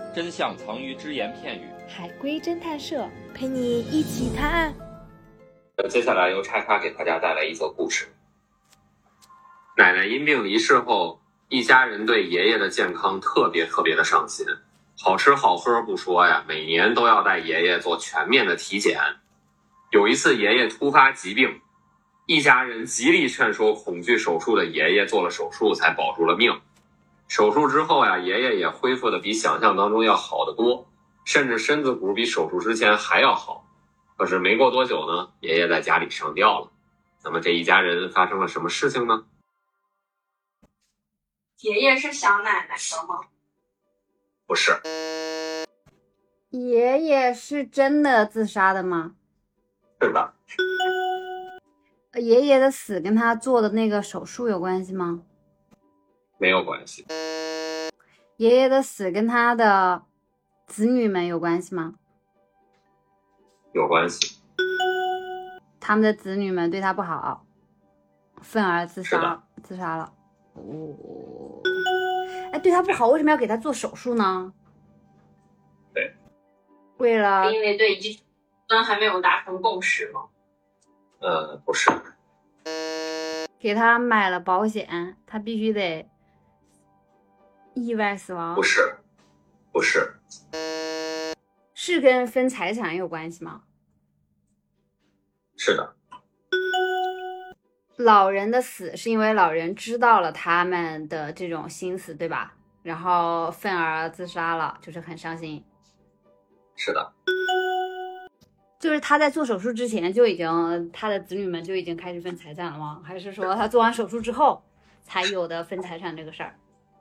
真相藏于只言片语。 海龟侦探社陪你一起探案。 接下来由叉叉给大家带来一则故事。奶奶因病离世后，一家人对爷爷的健康特别的上心，好吃好喝不说呀，每年都要带爷爷做全面的体检。有一次爷爷突发疾病，一家人极力劝说恐惧手术的爷爷做了手术，才保住了命。手术之后呀，爷爷也恢复的比想象当中要好得多，甚至身子骨比手术之前还要好。可是没过多久呢，爷爷在家里上吊了。那么这一家人发生了什么事情呢？ 爷爷是想奶奶的吗？ 不是。 爷爷是真的自杀的吗？ 是的。 爷爷的死跟他做的那个手术有关系吗？ 没有关系。 爷爷的死跟他的子女们有关系吗？ 有关系。 他们的子女们对他不好，愤而自杀了。对他不好，为什么要给他做手术呢？ 对， 为了因为对遗传还没有达成共识吗？ 不是。 给他买了保险，他必须得意外死亡。 不是。 是跟分财产有关系吗？ 是的。 老人的死是因为老人知道了他们的这种心思，对吧？然后愤而自杀了，就是很伤心。 是的。 就是他在做手术之前就已经，他的子女们就已经开始分财产了吗？还是说他做完手术之后才有的分财产这个事儿？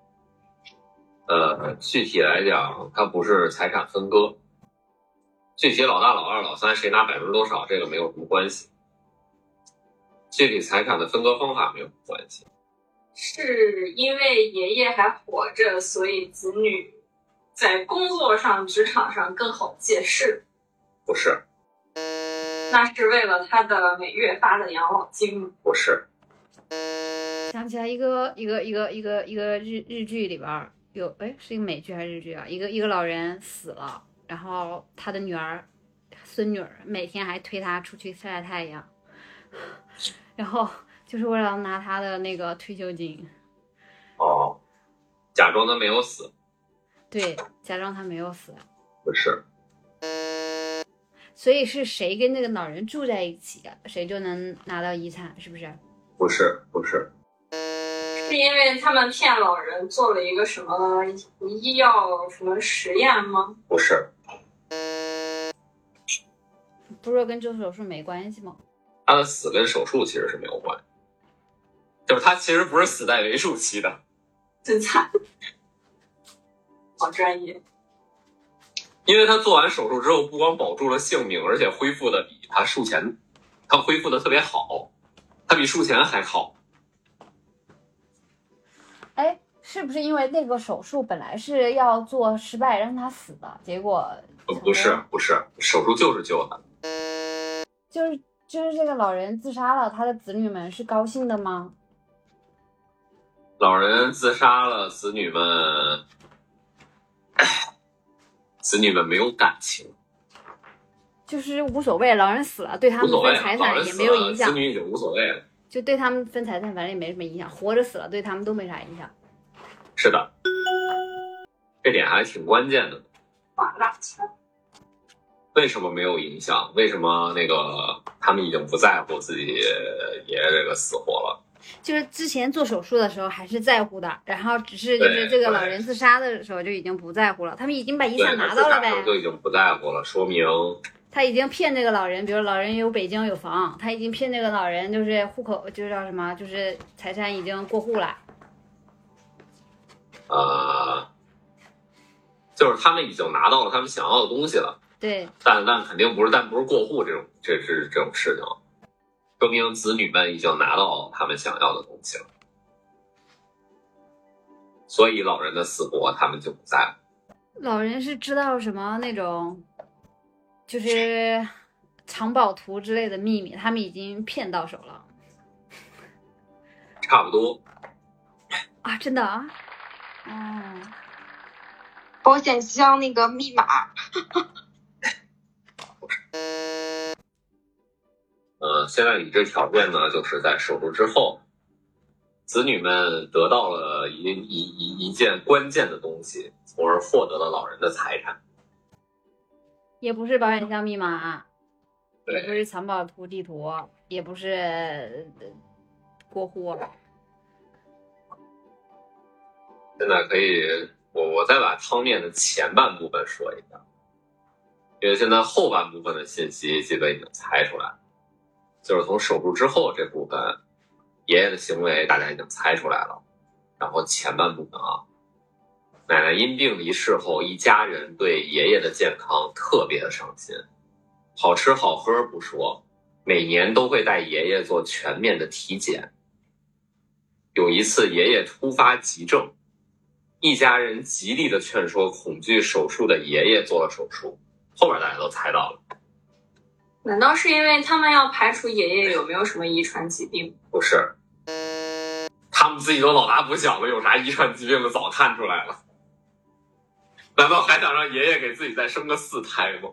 具体来讲，它不是财产分割。具体老大、老二、老三谁拿百分之多少，这个没有什么关系。具体财产的分割方法没有关系。 是因为爷爷还活着，所以子女在工作上、职场上更好借势？ 不是。 那是为了他的每月发的养老金吗？ 不是。 想起来一个日剧里边有，是一个美剧还是日剧啊？一个老人死了，然后他的女儿、孙女儿每天还推他出去晒太阳，然后就是为了拿他的那个退休金。 哦，假装他没有死。 对，假装他没有死。 不是。 所以是谁跟这个老人住在一起，谁就能拿到遗产，是不是？ 不是。 是因为他们骗老人做了一个什么医药什么实验吗？ 不是。 不是跟做手术没关系吗？ 他的死跟手术其实是没有关系，就是他其实不是死在为数期的。 真惨，好专业。 因为他做完手术之后，不光保住了性命，而且恢复的比他术前，他恢复的特别好，他比术前还好。 是不是因为那个手术本来是要做失败让他死的，结果不是，手术就是救他。 就是这个老人自杀了，他的子女们是高兴的吗？ 老人自杀了，子女们没有感情， 就是无所谓，老人死了对他们分财产也没有影响， 子女已经无所谓了， 就对他们分财产反正也没什么影响，活着死了对他们都没啥影响。 是的，这点还挺关键的。为什么没有影响？为什么他们已经不在乎自己爷爷这个死活了？ 就是之前做手术的时候还是在乎的，然后只是就是这个老人自杀的时候就已经不在乎了，他们已经把遗产拿到了呗， 就已经不在乎了，说明他已经骗这个老人，比如老人有北京有房，他已经骗这个老人就是户口就是叫什么，就是财产已经过户了。 就是他们已经拿到了他们想要的东西了。 对， 但肯定不是过户这种事情，说明子女们已经拿到他们想要的东西了，所以老人的死活他们就不在乎。 老人是知道什么那种就是藏宝图之类的秘密，他们已经骗到手了。 差不多。 啊，真的啊？ 保险箱那个密码。 现在理智条件呢，就是在手术之后，子女们得到了一件关键的东西，从而获得了老人的财产。 也不是保险箱密码， 对， 也不是藏宝图地图，也不是过户。 现在可以，我再把汤面的前半部分说一下，因为现在后半部分的信息基本已经猜出来了，就是从手术之后这部分，爷爷的行为大家已经猜出来了。然后前半部分啊，奶奶因病离世后，一家人对爷爷的健康特别的上心，好吃好喝不说，每年都会带爷爷做全面的体检。有一次爷爷突发急症，一家人极力的劝说恐惧手术的爷爷做了手术，后边大家都猜到了。 难道是因为他们要排除爷爷有没有什么遗传疾病？ 不是，他们自己都老大不小了，有啥遗传疾病的早看出来了。难道还想让爷爷给自己再生个4胎吗？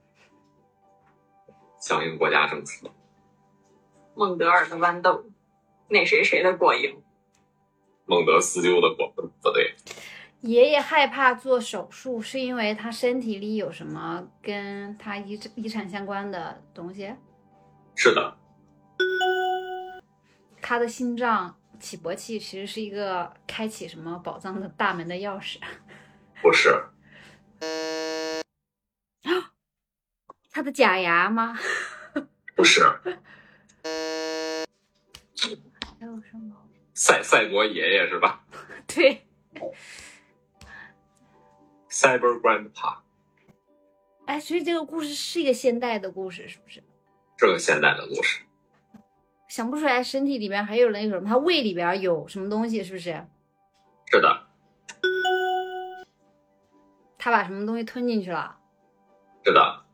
响应国家政策。 孟德尔的豌豆，那谁谁的果蝇。 孟德斯鸠的果不对。 爷爷害怕做手术，是因为他身体里有什么跟他遗产相关的东西？ 是的。 他的心脏起搏器其实是一个开启什么宝藏的大门的钥匙。 不是。 他的假牙吗？ 不是。 还有什么？ 赛博爷爷是吧？ 对。 Cyber Grandpa。 哎，所以这个故事是一个现代的故事，是不是？ 这个现代的故事。 想不出来身体里边还有那个什么，他胃里边有什么东西，是不是？ 是的。 他把什么东西吞进去了？ 是的。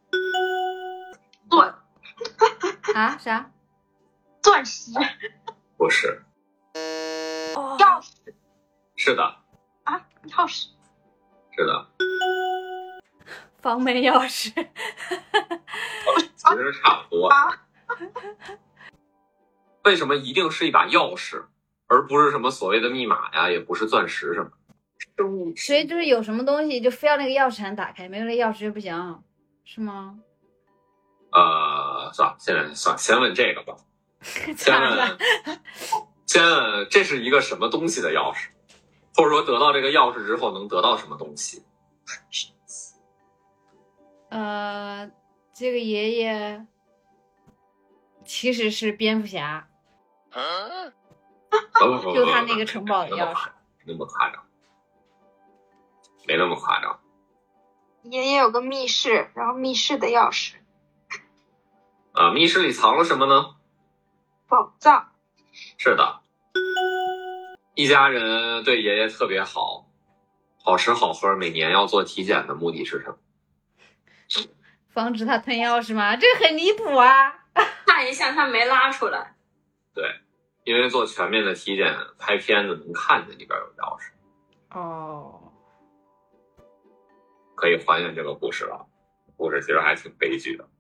啊？啥？ 钻石？ 不是。 钥匙？ 是的。 啊，钥匙？ 是的。 房门钥匙？ 其实差不多。为什么一定是一把钥匙，而不是什么所谓的密码呀，也不是钻石什么？ 所以就是有什么东西就非要那个钥匙才能打开，没有那钥匙就不行，是吗？ 算了，现在算了，先问这个吧。先问这是一个什么东西的钥匙，或者说得到这个钥匙之后能得到什么东西？ 这个爷爷其实是蝙蝠侠。就他那个城堡的钥匙。 那么夸张？没那么夸张。 爷爷有个密室，然后密室的钥匙。 密室里藏了什么呢？ 宝藏。 是的。一家人对爷爷特别好，好吃好喝，每年要做体检的目的是什么？ 防止他吞钥匙吗？这个很离谱啊！ 看一下他没拉出来。 对，因为做全面的体检，拍片子能看见里边有钥匙。 哦， 可以还原这个故事了。故事其实还挺悲剧的。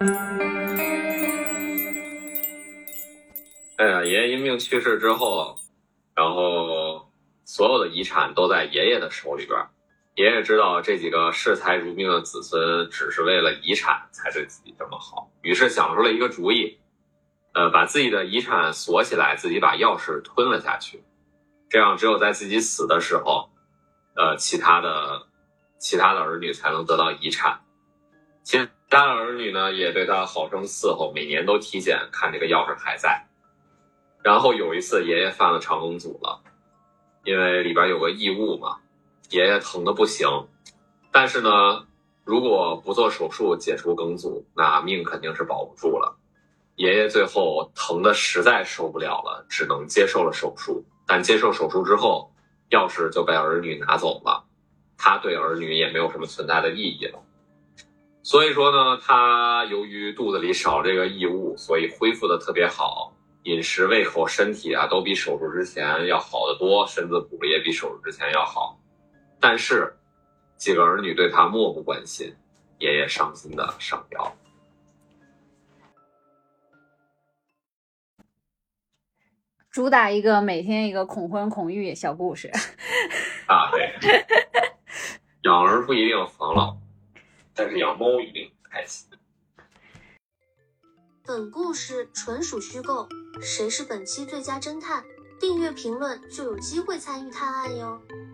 哎呀，爷爷因病去世之后，然后所有的遗产都在爷爷的手里边。爷爷知道这几个视财如命的子孙只是为了遗产才对自己这么好，于是想出了一个主意，把自己的遗产锁起来，自己把钥匙吞了下去。这样只有在自己死的时候，其他的儿女才能得到遗产。其他的儿女呢，也对他好生伺候，每年都体检看这个钥匙还在。然后有一次爷爷犯了肠梗阻了，因为里边有个异物嘛，爷爷疼得不行。但是呢，如果不做手术解除梗阻，那命肯定是保不住了。爷爷最后疼得实在受不了了，只能接受了手术。但接受手术之后，钥匙就被儿女拿走了，他对儿女也没有什么存在的意义了。所以说呢，他由于肚子里少这个异物，所以恢复的特别好，饮食胃口身体啊都比手术之前要好得多，身子骨也比手术之前要好。但是几个儿女对他漠不关心，爷爷伤心的上吊。 主打一个每天一个恐婚恐育小故事。 啊，对，养儿不一定防老，但是养猫一定开心。 本故事纯属虚构，谁是本期最佳侦探？订阅评论就有机会参与探案哟。